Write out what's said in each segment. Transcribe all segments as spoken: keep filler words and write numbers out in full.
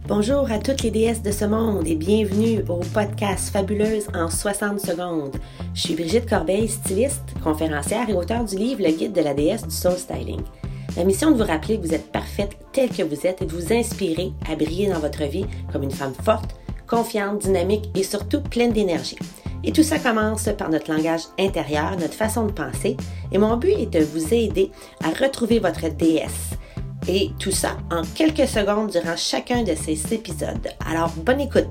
Bonjour à toutes les déesses de ce monde et bienvenue au podcast Fabuleuse en soixante secondes. Je suis Brigitte Corbeil, styliste, conférencière et auteure du livre Le guide de la déesse du soul styling. Ma mission est de vous rappeler que vous êtes parfaite telle que vous êtes et de vous inspirer à briller dans votre vie comme une femme forte, confiante, dynamique et surtout pleine d'énergie. Et tout ça commence par notre langage intérieur, notre façon de penser. Et mon but est de vous aider à retrouver votre déesse. Et tout ça en quelques secondes durant chacun de ces épisodes. Alors, bonne écoute!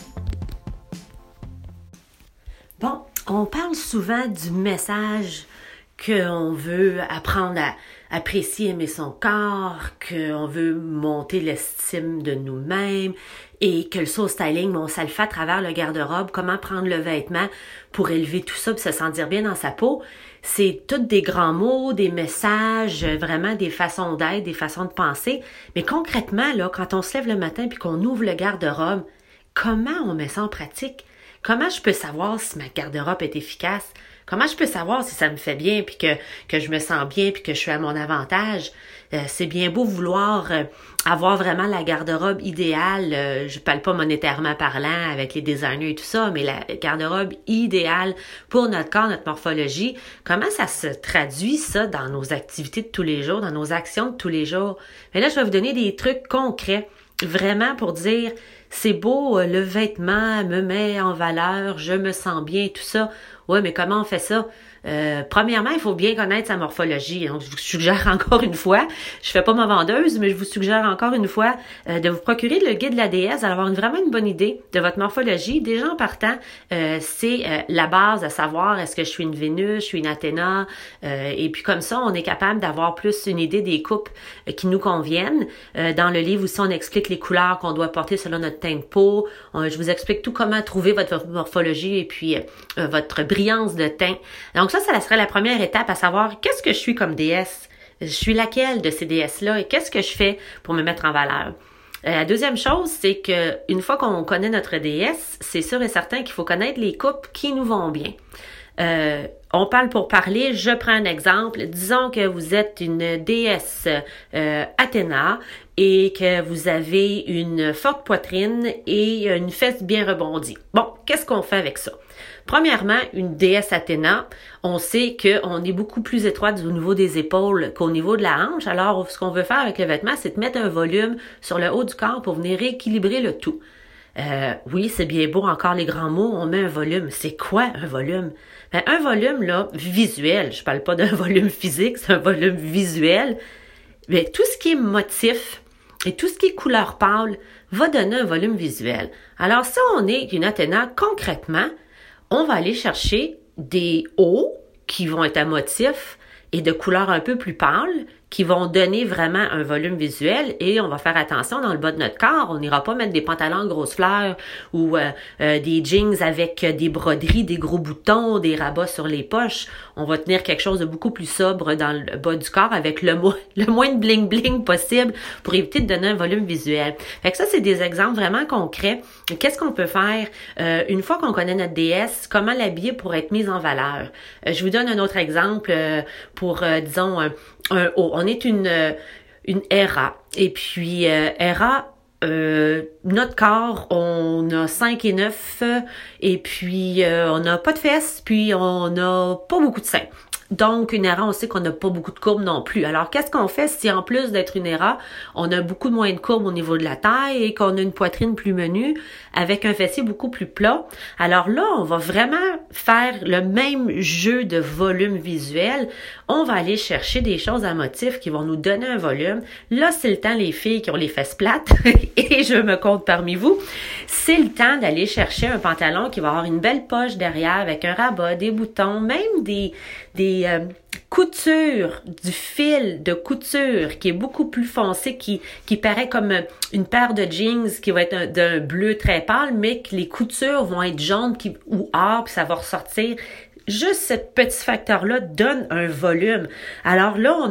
Bon, on parle souvent du message qu'on veut apprendre à apprécier, aimer son corps, qu'on veut monter l'estime de nous-mêmes et que le soul styling, bon, ça le fait à travers le garde-robe, comment prendre le vêtement pour élever tout ça et se sentir bien dans sa peau. C'est tous des grands mots, des messages, vraiment des façons d'être, des façons de penser. Mais concrètement, là, quand on se lève le matin puis qu'on ouvre le garde-robe, comment on met ça en pratique? Comment je peux savoir si ma garde-robe est efficace? Comment je peux savoir si ça me fait bien puis que, que je me sens bien puis que je suis à mon avantage? Euh, c'est bien beau vouloir euh, avoir vraiment la garde-robe idéale. Euh, je parle pas monétairement parlant avec les designers et tout ça, mais la garde-robe idéale pour notre corps, notre morphologie. Comment ça se traduit ça dans nos activités de tous les jours, dans nos actions de tous les jours? Mais là, je vais vous donner des trucs concrets, vraiment pour dire c'est beau, le vêtement me met en valeur, je me sens bien, tout ça. Ouais, mais comment on fait ça? Euh, premièrement, il faut bien connaître sa morphologie. Donc, je vous suggère encore une fois, je fais pas ma vendeuse, mais je vous suggère encore une fois euh, de vous procurer le guide de la déesse, d'avoir une, vraiment une bonne idée de votre morphologie. Déjà en partant, euh, c'est euh, la base à savoir est-ce que je suis une Vénus, je suis une Athéna, euh, et puis comme ça, on est capable d'avoir plus une idée des coupes euh, qui nous conviennent. Euh, dans le livre aussi, on explique les couleurs qu'on doit porter selon notre teint de peau. On, je vous explique tout comment trouver votre morphologie et puis euh, votre brillance de teint. Donc ça, ça serait la première étape à savoir qu'est-ce que je suis comme déesse. Je suis laquelle de ces déesses-là et qu'est-ce que je fais pour me mettre en valeur. Euh, la deuxième chose, c'est que une fois qu'on connaît notre déesse, c'est sûr et certain qu'il faut connaître les coupes qui nous vont bien. Euh, on parle pour parler, je prends un exemple. Disons que vous êtes une déesse euh, Athéna et que vous avez une forte poitrine et une fesse bien rebondie. Bon, qu'est-ce qu'on fait avec ça? Premièrement, une déesse Athéna, on sait qu'on est beaucoup plus étroite au niveau des épaules qu'au niveau de la hanche. Alors, ce qu'on veut faire avec le vêtement, c'est de mettre un volume sur le haut du corps pour venir rééquilibrer le tout. Euh, oui, c'est bien beau, encore les grands mots, on met un volume. C'est quoi un volume? Ben, un volume, là, visuel, je parle pas d'un volume physique, c'est un volume visuel. Mais tout ce qui est motif et tout ce qui est couleur pâle va donner un volume visuel. Alors, si on est une Athéna, concrètement, on va aller chercher des hauts qui vont être à motif et de couleur un peu plus pâle qui vont donner vraiment un volume visuel et on va faire attention dans le bas de notre corps. On n'ira pas mettre des pantalons grosses fleurs ou euh, euh, des jeans avec des broderies, des gros boutons, des rabats sur les poches. On va tenir quelque chose de beaucoup plus sobre dans le bas du corps avec le, mo- le moins de bling-bling possible pour éviter de donner un volume visuel. Fait que ça, c'est des exemples vraiment concrets. Qu'est-ce qu'on peut faire euh, une fois qu'on connaît notre déesse? Comment l'habiller pour être mise en valeur? Euh, je vous donne un autre exemple euh, pour, euh, disons, un, un haut. On est une, une Héra. Et puis, euh, Héra, euh, notre corps, on a cinq et neuf et puis euh, on n'a pas de fesses, puis on n'a pas beaucoup de seins. Donc, une Héra, on sait qu'on n'a pas beaucoup de courbes non plus. Alors, qu'est-ce qu'on fait si en plus d'être une Héra, on a beaucoup moins de courbes au niveau de la taille et qu'on a une poitrine plus menue avec un fessier beaucoup plus plat? Alors là, on va vraiment faire le même jeu de volume visuel. On va aller chercher des choses à motif qui vont nous donner un volume. Là, c'est le temps, les filles qui ont les fesses plates, et je me compte parmi vous, c'est le temps d'aller chercher un pantalon qui va avoir une belle poche derrière avec un rabat, des boutons, même des... des euh, couture, du fil de couture qui est beaucoup plus foncé, qui, qui paraît comme une paire de jeans qui va être un, d'un bleu très pâle, mais que les coutures vont être jaunes qui, ou or, puis ça va ressortir. Juste ce petit facteur-là donne un volume. Alors là, on a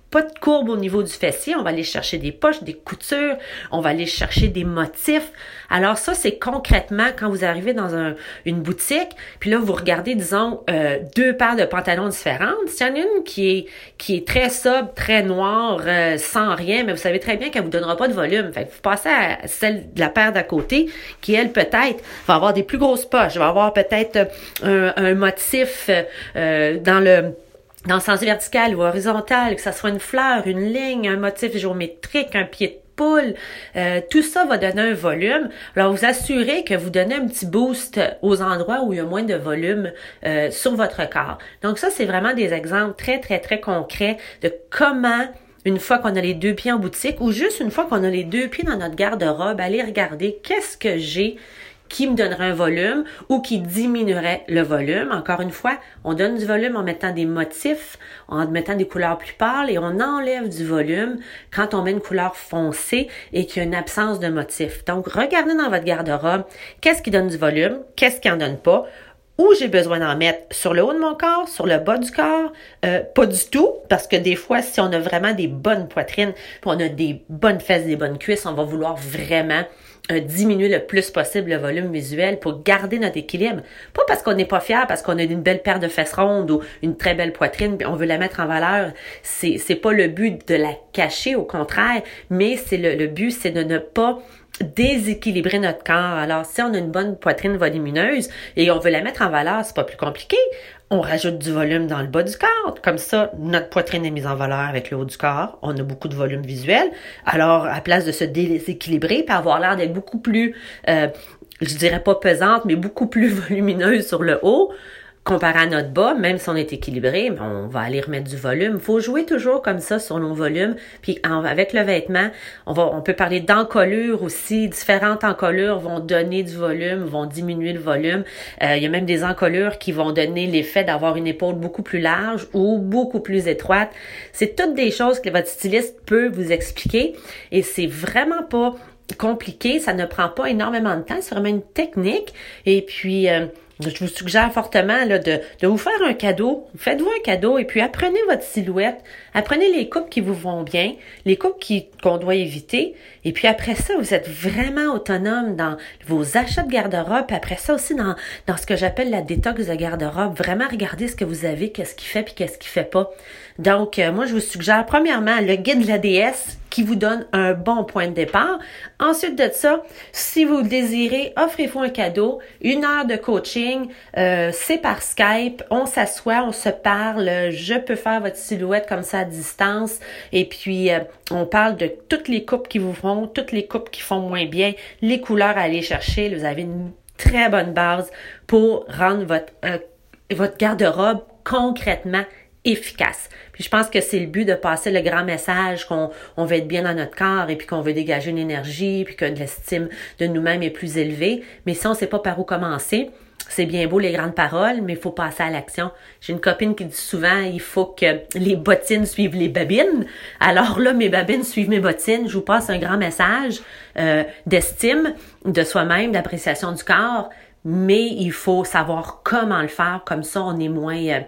pas de courbe au niveau du fessier, on va aller chercher des poches, des coutures, on va aller chercher des motifs. Alors ça, c'est concrètement quand vous arrivez dans un, une boutique, puis là, vous regardez, disons, euh, deux paires de pantalons différentes. S'il y en a une qui est qui est très sobre, très noire, euh, sans rien, mais vous savez très bien qu'elle vous donnera pas de volume. Fait que vous passez à celle de la paire d'à côté, qui, elle, peut-être, va avoir des plus grosses poches, va avoir peut-être un, un motif euh, dans le dans le sens vertical ou horizontal, que ça soit une fleur, une ligne, un motif géométrique, un pied de poule, euh, tout ça va donner un volume. Alors, vous assurez que vous donnez un petit boost aux endroits où il y a moins de volume euh, sur votre corps. Donc ça, c'est vraiment des exemples très, très, très concrets de comment, une fois qu'on a les deux pieds en boutique ou juste une fois qu'on a les deux pieds dans notre garde-robe, aller regarder qu'est-ce que j'ai qui me donnerait un volume ou qui diminuerait le volume. Encore une fois, on donne du volume en mettant des motifs, en mettant des couleurs plus pâles et on enlève du volume quand on met une couleur foncée et qu'il y a une absence de motif. Donc, regardez dans votre garde-robe, qu'est-ce qui donne du volume, qu'est-ce qui en donne pas, où j'ai besoin d'en mettre sur le haut de mon corps, sur le bas du corps, euh, pas du tout, parce que des fois, si on a vraiment des bonnes poitrines, puis on a des bonnes fesses, des bonnes cuisses, on va vouloir vraiment euh, diminuer le plus possible le volume visuel pour garder notre équilibre. Pas parce qu'on n'est pas fier, parce qu'on a une belle paire de fesses rondes ou une très belle poitrine, puis on veut la mettre en valeur. C'est, c'est pas le but de la cacher, au contraire, mais c'est le, le but, c'est de ne pas déséquilibrer notre corps. Alors, si on a une bonne poitrine volumineuse et on veut la mettre en valeur, c'est pas plus compliqué. On rajoute du volume dans le bas du corps. Comme ça, notre poitrine est mise en valeur avec le haut du corps. On a beaucoup de volume visuel. Alors, à place de se déséquilibrer et avoir l'air d'être beaucoup plus, euh, je dirais pas pesante, mais beaucoup plus volumineuse sur le haut, comparé à notre bas, même si on est équilibré, on va aller remettre du volume. Il faut jouer toujours comme ça sur nos volumes. Puis en, avec le vêtement, on va, on peut parler d'encolure aussi. Différentes encolures vont donner du volume, vont diminuer le volume. Euh, il y a même des encolures qui vont donner l'effet d'avoir une épaule beaucoup plus large ou beaucoup plus étroite. C'est toutes des choses que votre styliste peut vous expliquer et c'est vraiment pas compliqué. Ça ne prend pas énormément de temps. C'est vraiment une technique. Et puis, euh, je vous suggère fortement là, de, de vous faire un cadeau. Faites-vous un cadeau et puis apprenez votre silhouette. Apprenez les coupes qui vous vont bien, les coupes qui, qu'on doit éviter. Et puis après ça, vous êtes vraiment autonome dans vos achats de garde-robe. Puis après ça aussi dans, dans ce que j'appelle la détox de garde-robe. Vraiment regarder ce que vous avez, qu'est-ce qui fait puis qu'est-ce qui fait pas. Donc, euh, moi, je vous suggère premièrement le guide de la déesse qui vous donne un bon point de départ. Ensuite de ça, si vous le désirez, offrez-vous un cadeau, une heure de coaching, euh, c'est par Skype, on s'assoit, on se parle, je peux faire votre silhouette comme ça à distance et puis euh, on parle de toutes les coupes qui vous font, toutes les coupes qui font moins bien, les couleurs à aller chercher. Vous avez une très bonne base pour rendre votre, euh, votre garde-robe concrètement efficace. Puis je pense que c'est le but de passer le grand message qu'on on veut être bien dans notre corps et puis qu'on veut dégager une énergie puis que l'estime de nous-mêmes est plus élevée. Mais si on ne sait pas par où commencer, c'est bien beau les grandes paroles, mais il faut passer à l'action. J'ai une copine qui dit souvent, il faut que les bottines suivent les babines. Alors là, mes babines suivent mes bottines. Je vous passe un grand message euh, d'estime de soi-même, d'appréciation du corps. Mais il faut savoir comment le faire, comme ça on est moins, euh,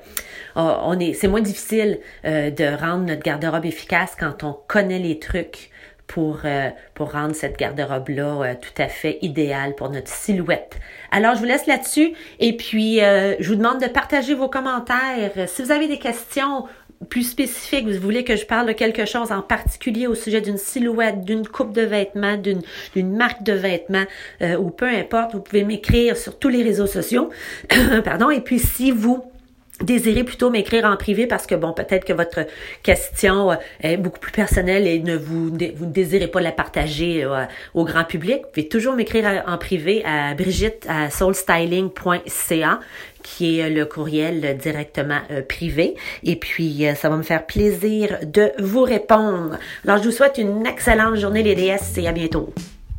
on est, c'est moins difficile euh, de rendre notre garde-robe efficace quand on connaît les trucs pour euh, pour rendre cette garde-robe-là euh, tout à fait idéale pour notre silhouette. Alors je vous laisse là-dessus et puis euh, je vous demande de partager vos commentaires. Si vous avez des questions plus spécifique, vous voulez que je parle de quelque chose en particulier au sujet d'une silhouette, d'une coupe de vêtements, d'une, d'une marque de vêtements, euh, ou peu importe, vous pouvez m'écrire sur tous les réseaux sociaux. Pardon. Et puis, si vous désirez plutôt m'écrire en privé parce que, bon, peut-être que votre question est beaucoup plus personnelle et ne vous, vous ne désirez pas la partager euh, au grand public, vous pouvez toujours m'écrire en privé à Brigitte à soul styling point c a qui est le courriel directement euh, privé. Et puis, euh, ça va me faire plaisir de vous répondre. Alors, je vous souhaite une excellente journée, les déesses, et à bientôt.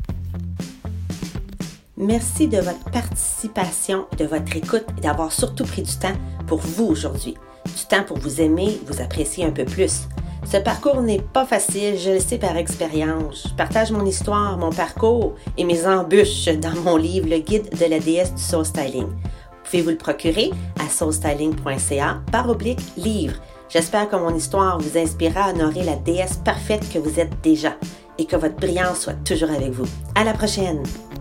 Merci de votre participation, de votre écoute et d'avoir surtout pris du temps pour vous aujourd'hui. Du temps pour vous aimer, vous apprécier un peu plus. Ce parcours n'est pas facile, je le sais par expérience. Je partage mon histoire, mon parcours et mes embûches dans mon livre « Le guide de la déesse du soul styling ». Vous pouvez vous le procurer à soul styling point c a barre oblique livre. J'espère que mon histoire vous inspirera à honorer la déesse parfaite que vous êtes déjà et que votre brillance soit toujours avec vous. À la prochaine!